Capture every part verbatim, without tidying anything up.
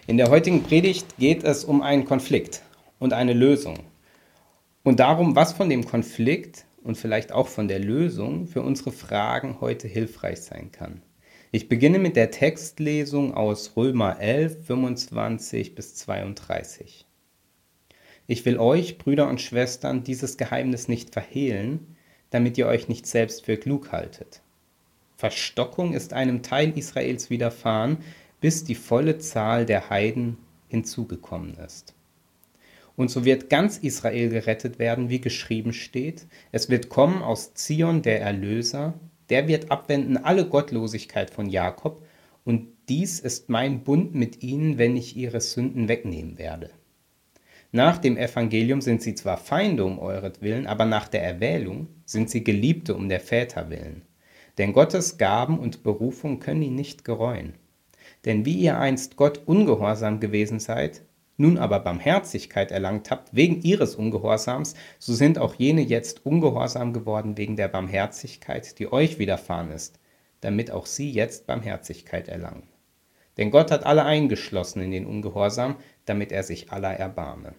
In der heutigen Predigt geht es um einen Konflikt und eine Lösung und darum, was von dem Konflikt und vielleicht auch von der Lösung für unsere Fragen heute hilfreich sein kann. Ich beginne mit der Textlesung aus Römer elf, fünfundzwanzig bis zweiunddreißig. Ich will euch, Brüder und Schwestern, dieses Geheimnis nicht verhehlen, damit ihr euch nicht selbst für klug haltet. Verstockung ist einem Teil Israels widerfahren, bis die volle Zahl der Heiden hinzugekommen ist. Und so wird ganz Israel gerettet werden, wie geschrieben steht. Es wird kommen aus Zion der Erlöser, der wird abwenden alle Gottlosigkeit von Jakob, und dies ist mein Bund mit ihnen, wenn ich ihre Sünden wegnehmen werde. Nach dem Evangelium sind sie zwar Feinde um euretwillen, aber nach der Erwählung sind sie Geliebte um der Väter willen. Denn Gottes Gaben und Berufung können ihn nicht gereuen. Denn wie ihr einst Gott ungehorsam gewesen seid, nun aber Barmherzigkeit erlangt habt wegen ihres Ungehorsams, so sind auch jene jetzt ungehorsam geworden wegen der Barmherzigkeit, die euch widerfahren ist, damit auch sie jetzt Barmherzigkeit erlangen. Denn Gott hat alle eingeschlossen in den Ungehorsam, damit er sich aller erbarme.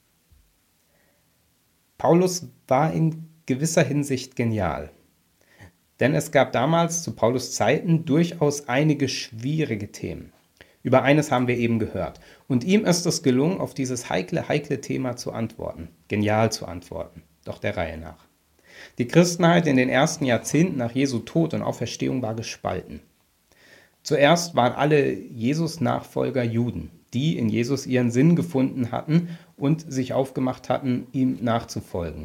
Paulus war in gewisser Hinsicht genial. Denn es gab damals zu Paulus Zeiten durchaus einige schwierige Themen. Über eines haben wir eben gehört. Und ihm ist es gelungen, auf dieses heikle, heikle Thema zu antworten. Genial zu antworten. Doch der Reihe nach. Die Christenheit in den ersten Jahrzehnten nach Jesu Tod und Auferstehung war gespalten. Zuerst waren alle Jesus-Nachfolger Juden, die in Jesus ihren Sinn gefunden hatten und sich aufgemacht hatten, ihm nachzufolgen.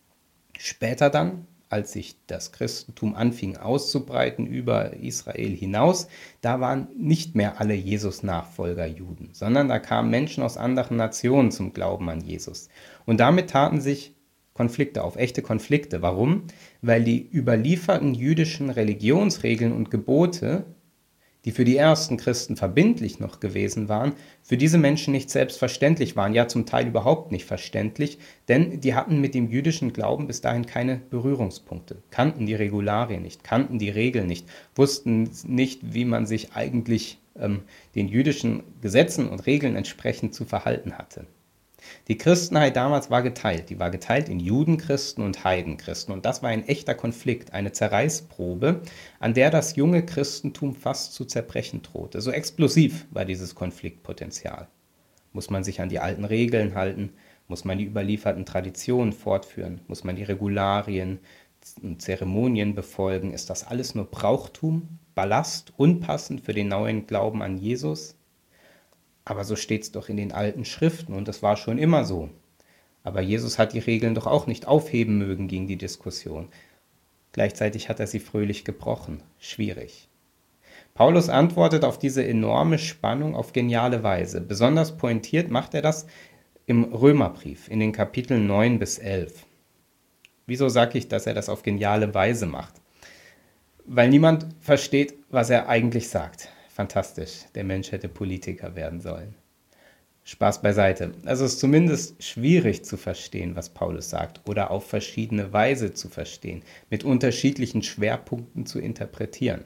Später dann, als sich das Christentum anfing auszubreiten über Israel hinaus, da waren nicht mehr alle Jesus-Nachfolger Juden, sondern da kamen Menschen aus anderen Nationen zum Glauben an Jesus. Und damit taten sich Konflikte auf, echte Konflikte. Warum? Weil die überlieferten jüdischen Religionsregeln und Gebote, die für die ersten Christen verbindlich noch gewesen waren, für diese Menschen nicht selbstverständlich waren, ja zum Teil überhaupt nicht verständlich, denn die hatten mit dem jüdischen Glauben bis dahin keine Berührungspunkte, kannten die Regularien nicht, kannten die Regeln nicht, wussten nicht, wie man sich eigentlich ähm, den jüdischen Gesetzen und Regeln entsprechend zu verhalten hatte. Die Christenheit damals war geteilt, die war geteilt in Judenchristen und Heidenchristen, und das war ein echter Konflikt, eine Zerreißprobe, an der das junge Christentum fast zu zerbrechen drohte. So explosiv war dieses Konfliktpotenzial. Muss man sich an die alten Regeln halten? Muss man die überlieferten Traditionen fortführen? Muss man die Regularien und Zeremonien befolgen? Ist das alles nur Brauchtum, Ballast, unpassend für den neuen Glauben an Jesus? Aber so steht es doch in den alten Schriften und das war schon immer so. Aber Jesus hat die Regeln doch auch nicht aufheben mögen gegen die Diskussion. Gleichzeitig hat er sie fröhlich gebrochen. Schwierig. Paulus antwortet auf diese enorme Spannung auf geniale Weise. Besonders pointiert macht er das im Römerbrief, in den Kapiteln neun bis elf. Wieso sage ich, dass er das auf geniale Weise macht? Weil niemand versteht, was er eigentlich sagt. Fantastisch, der Mensch hätte Politiker werden sollen. Spaß beiseite. Also es ist zumindest schwierig zu verstehen, was Paulus sagt, oder auf verschiedene Weise zu verstehen, mit unterschiedlichen Schwerpunkten zu interpretieren.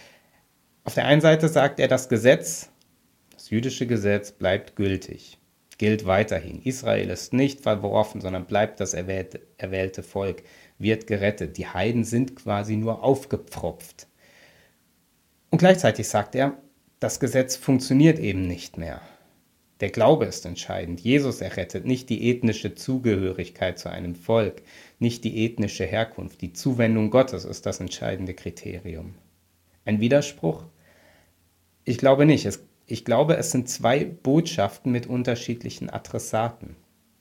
Auf der einen Seite sagt er, das Gesetz, das jüdische Gesetz bleibt gültig, gilt weiterhin. Israel ist nicht verworfen, sondern bleibt das erwählte, erwählte Volk, wird gerettet. Die Heiden sind quasi nur aufgepfropft. Und gleichzeitig sagt er, das Gesetz funktioniert eben nicht mehr. Der Glaube ist entscheidend. Jesus errettet, nicht die ethnische Zugehörigkeit zu einem Volk, nicht die ethnische Herkunft. Die Zuwendung Gottes ist das entscheidende Kriterium. Ein Widerspruch? Ich glaube nicht. Es, ich glaube, es sind zwei Botschaften mit unterschiedlichen Adressaten.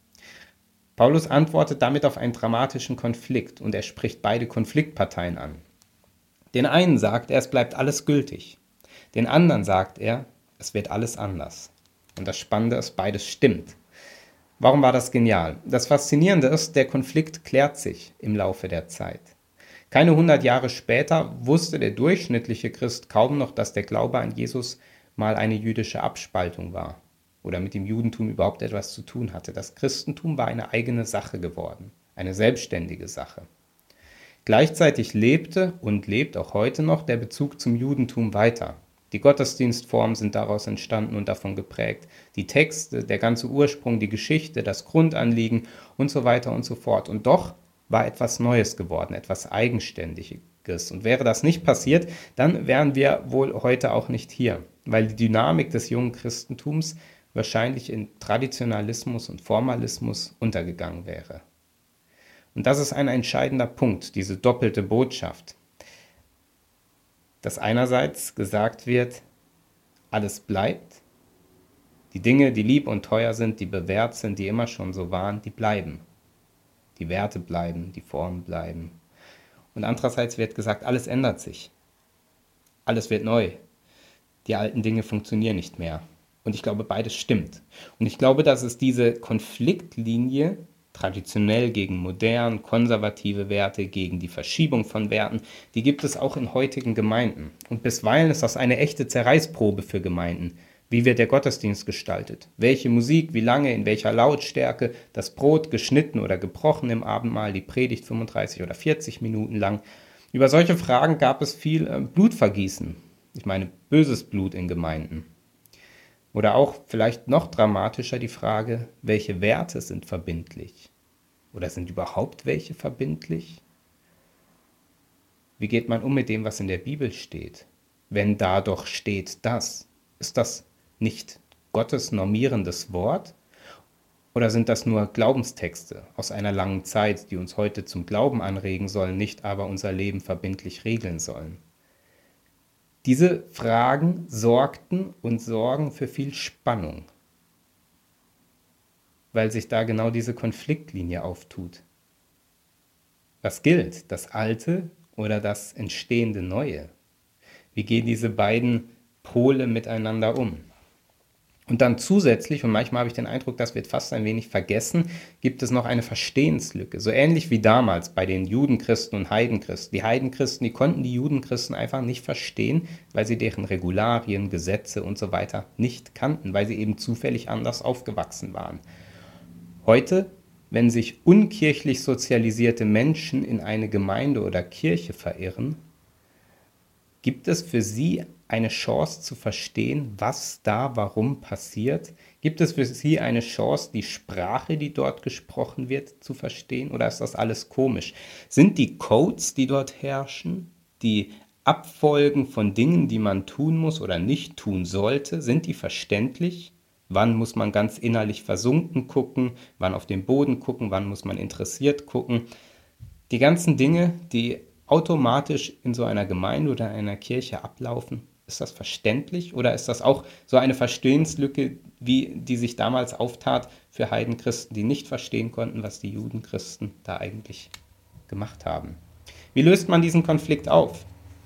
Paulus antwortet damit auf einen dramatischen Konflikt und er spricht beide Konfliktparteien an. Den einen sagt er, es bleibt alles gültig. Den anderen sagt er, es wird alles anders. Und das Spannende ist, beides stimmt. Warum war das genial? Das Faszinierende ist, der Konflikt klärt sich im Laufe der Zeit. Keine hundert Jahre später wusste der durchschnittliche Christ kaum noch, dass der Glaube an Jesus mal eine jüdische Abspaltung war oder mit dem Judentum überhaupt etwas zu tun hatte. Das Christentum war eine eigene Sache geworden, eine selbstständige Sache. Gleichzeitig lebte und lebt auch heute noch der Bezug zum Judentum weiter. Die Gottesdienstformen sind daraus entstanden und davon geprägt. Die Texte, der ganze Ursprung, die Geschichte, das Grundanliegen und so weiter und so fort. Und doch war etwas Neues geworden, etwas Eigenständiges. Und wäre das nicht passiert, dann wären wir wohl heute auch nicht hier, weil die Dynamik des jungen Christentums wahrscheinlich in Traditionalismus und Formalismus untergegangen wäre. Und das ist ein entscheidender Punkt, diese doppelte Botschaft. Dass einerseits gesagt wird, alles bleibt, die Dinge, die lieb und teuer sind, die bewährt sind, die immer schon so waren, die bleiben. Die Werte bleiben, die Formen bleiben. Und andererseits wird gesagt, alles ändert sich. Alles wird neu. Die alten Dinge funktionieren nicht mehr. Und ich glaube, beides stimmt. Und ich glaube, dass es diese Konfliktlinie traditionell gegen modern, konservative Werte, gegen die Verschiebung von Werten, die gibt es auch in heutigen Gemeinden. Und bisweilen ist das eine echte Zerreißprobe für Gemeinden. Wie wird der Gottesdienst gestaltet? Welche Musik, wie lange, in welcher Lautstärke, das Brot geschnitten oder gebrochen im Abendmahl, die Predigt fünfunddreißig oder vierzig Minuten lang. Über solche Fragen gab es viel äh, Blutvergießen. Ich meine, böses Blut in Gemeinden. Oder auch vielleicht noch dramatischer die Frage, welche Werte sind verbindlich? Oder sind überhaupt welche verbindlich? Wie geht man um mit dem, was in der Bibel steht? Wenn da doch steht das, ist das nicht Gottes normierendes Wort? Oder sind das nur Glaubenstexte aus einer langen Zeit, die uns heute zum Glauben anregen sollen, nicht aber unser Leben verbindlich regeln sollen? Diese Fragen sorgten und sorgen für viel Spannung, weil sich da genau diese Konfliktlinie auftut. Was gilt, das Alte oder das entstehende Neue? Wie gehen diese beiden Pole miteinander um? Und dann zusätzlich, und manchmal habe ich den Eindruck, das wird fast ein wenig vergessen, gibt es noch eine Verstehenslücke. So ähnlich wie damals bei den Judenchristen und Heidenchristen. Die Heidenchristen, die konnten die Judenchristen einfach nicht verstehen, weil sie deren Regularien, Gesetze und so weiter nicht kannten, weil sie eben zufällig anders aufgewachsen waren. Heute, wenn sich unkirchlich sozialisierte Menschen in eine Gemeinde oder Kirche verirren, gibt es für sie eine Chance zu verstehen, was da warum passiert? Gibt es für sie eine Chance, die Sprache, die dort gesprochen wird, zu verstehen? Oder ist das alles komisch? Sind die Codes, die dort herrschen, die Abfolgen von Dingen, die man tun muss oder nicht tun sollte, sind die verständlich? Wann muss man ganz innerlich versunken gucken? Wann auf den Boden gucken? Wann muss man interessiert gucken? Die ganzen Dinge, die automatisch in so einer Gemeinde oder einer Kirche ablaufen, ist das verständlich oder ist das auch so eine Verstehenslücke, wie die sich damals auftat für Heidenchristen, die nicht verstehen konnten, was die Judenchristen da eigentlich gemacht haben? Wie löst man diesen Konflikt auf?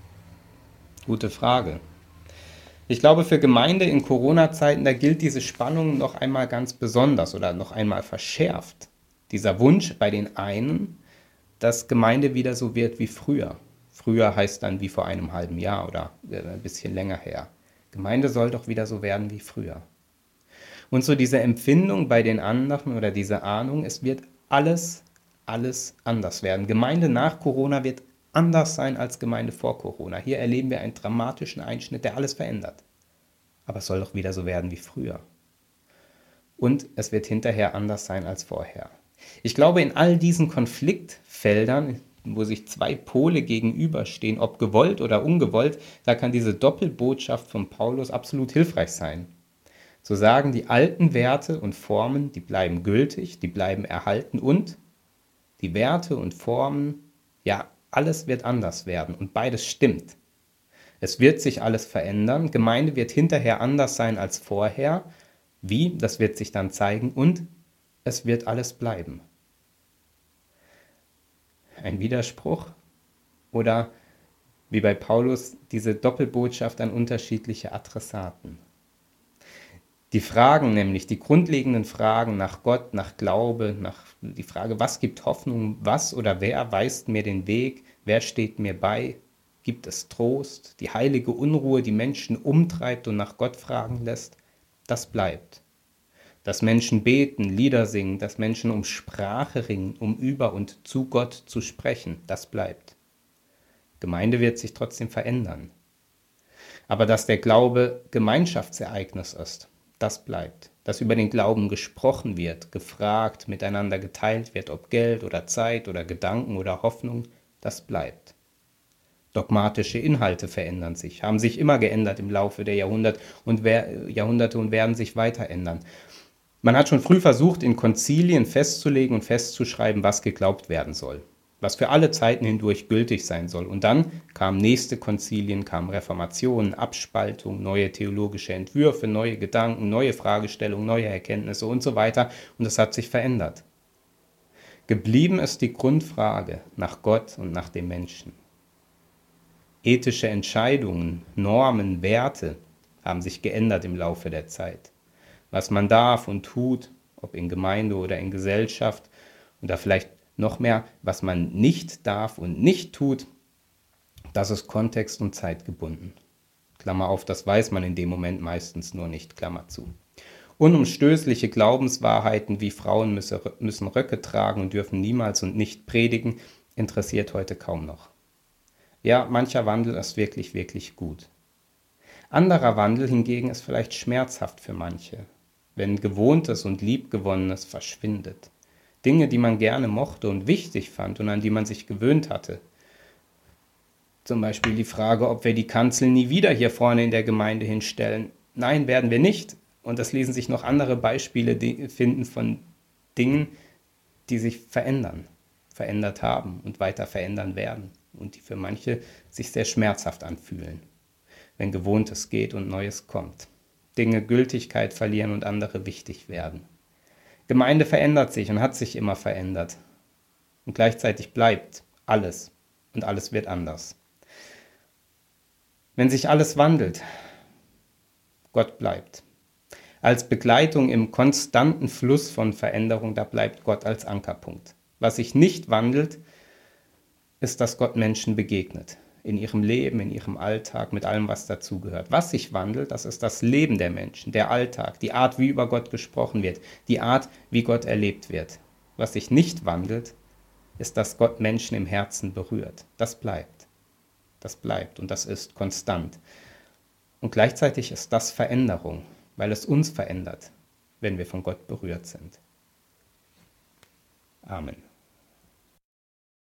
Gute Frage. Ich glaube, für Gemeinde in Corona-Zeiten, da gilt diese Spannung noch einmal ganz besonders oder noch einmal verschärft. Dieser Wunsch bei den einen, dass Gemeinde wieder so wird wie früher. Früher heißt dann wie vor einem halben Jahr oder ein bisschen länger her. Gemeinde soll doch wieder so werden wie früher. Und so diese Empfindung bei den anderen oder diese Ahnung, es wird alles, alles anders werden. Gemeinde nach Corona wird anders sein als Gemeinde vor Corona. Hier erleben wir einen dramatischen Einschnitt, der alles verändert. Aber es soll doch wieder so werden wie früher. Und es wird hinterher anders sein als vorher. Ich glaube, in all diesen Konfliktfeldern, wo sich zwei Pole gegenüberstehen, ob gewollt oder ungewollt, da kann diese Doppelbotschaft von Paulus absolut hilfreich sein. Zu sagen, die alten Werte und Formen, die bleiben gültig, die bleiben erhalten und die Werte und Formen, ja, alles wird anders werden und beides stimmt. Es wird sich alles verändern, Gemeinde wird hinterher anders sein als vorher. Wie? Das wird sich dann zeigen und es wird alles bleiben. Ein Widerspruch? Oder wie bei Paulus diese Doppelbotschaft an unterschiedliche Adressaten? Die Fragen nämlich, die grundlegenden Fragen nach Gott, nach Glaube, nach die Frage, was gibt Hoffnung, was oder wer weist mir den Weg, wer steht mir bei, gibt es Trost, die heilige Unruhe, die Menschen umtreibt und nach Gott fragen lässt, das bleibt. Dass Menschen beten, Lieder singen, dass Menschen um Sprache ringen, um über und zu Gott zu sprechen, das bleibt. Gemeinde wird sich trotzdem verändern. Aber dass der Glaube Gemeinschaftsereignis ist, das bleibt. Dass über den Glauben gesprochen wird, gefragt, miteinander geteilt wird, ob Geld oder Zeit oder Gedanken oder Hoffnung, das bleibt. Dogmatische Inhalte verändern sich, haben sich immer geändert im Laufe der Jahrhunderte und, wer, Jahrhunderte und werden sich weiter ändern. Man hat schon früh versucht, in Konzilien festzulegen und festzuschreiben, was geglaubt werden soll, was für alle Zeiten hindurch gültig sein soll. Und dann kamen nächste Konzilien, kamen Reformationen, Abspaltungen, neue theologische Entwürfe, neue Gedanken, neue Fragestellungen, neue Erkenntnisse und so weiter. Und es hat sich verändert. Geblieben ist die Grundfrage nach Gott und nach dem Menschen. Ethische Entscheidungen, Normen, Werte haben sich geändert im Laufe der Zeit. Was man darf und tut, ob in Gemeinde oder in Gesellschaft, oder vielleicht noch mehr, was man nicht darf und nicht tut, das ist kontext- und zeitgebunden. Klammer auf, das weiß man in dem Moment meistens nur nicht, Klammer zu. Unumstößliche Glaubenswahrheiten wie Frauen müssen Röcke tragen und dürfen niemals und nicht predigen, interessiert heute kaum noch. Ja, mancher Wandel ist wirklich, wirklich gut. Anderer Wandel hingegen ist vielleicht schmerzhaft für manche, wenn Gewohntes und Liebgewonnenes verschwindet. Dinge, die man gerne mochte und wichtig fand und an die man sich gewöhnt hatte. Zum Beispiel die Frage, ob wir die Kanzel nie wieder hier vorne in der Gemeinde hinstellen. Nein, werden wir nicht. Und es ließen sich noch andere Beispiele finden von Dingen, die sich verändern, verändert haben und weiter verändern werden. Und die für manche sich sehr schmerzhaft anfühlen, wenn Gewohntes geht und Neues kommt. Dinge Gültigkeit verlieren und andere wichtig werden. Gemeinde verändert sich und hat sich immer verändert. Und gleichzeitig bleibt alles und alles wird anders. Wenn sich alles wandelt, Gott bleibt. Als Begleitung im konstanten Fluss von Veränderung, da bleibt Gott als Ankerpunkt. Was sich nicht wandelt, ist, dass Gott Menschen begegnet. In ihrem Leben, in ihrem Alltag, mit allem, was dazugehört. Was sich wandelt, das ist das Leben der Menschen, der Alltag, die Art, wie über Gott gesprochen wird, die Art, wie Gott erlebt wird. Was sich nicht wandelt, ist, dass Gott Menschen im Herzen berührt. Das bleibt. Das bleibt und das ist konstant. Und gleichzeitig ist das Veränderung, weil es uns verändert, wenn wir von Gott berührt sind. Amen.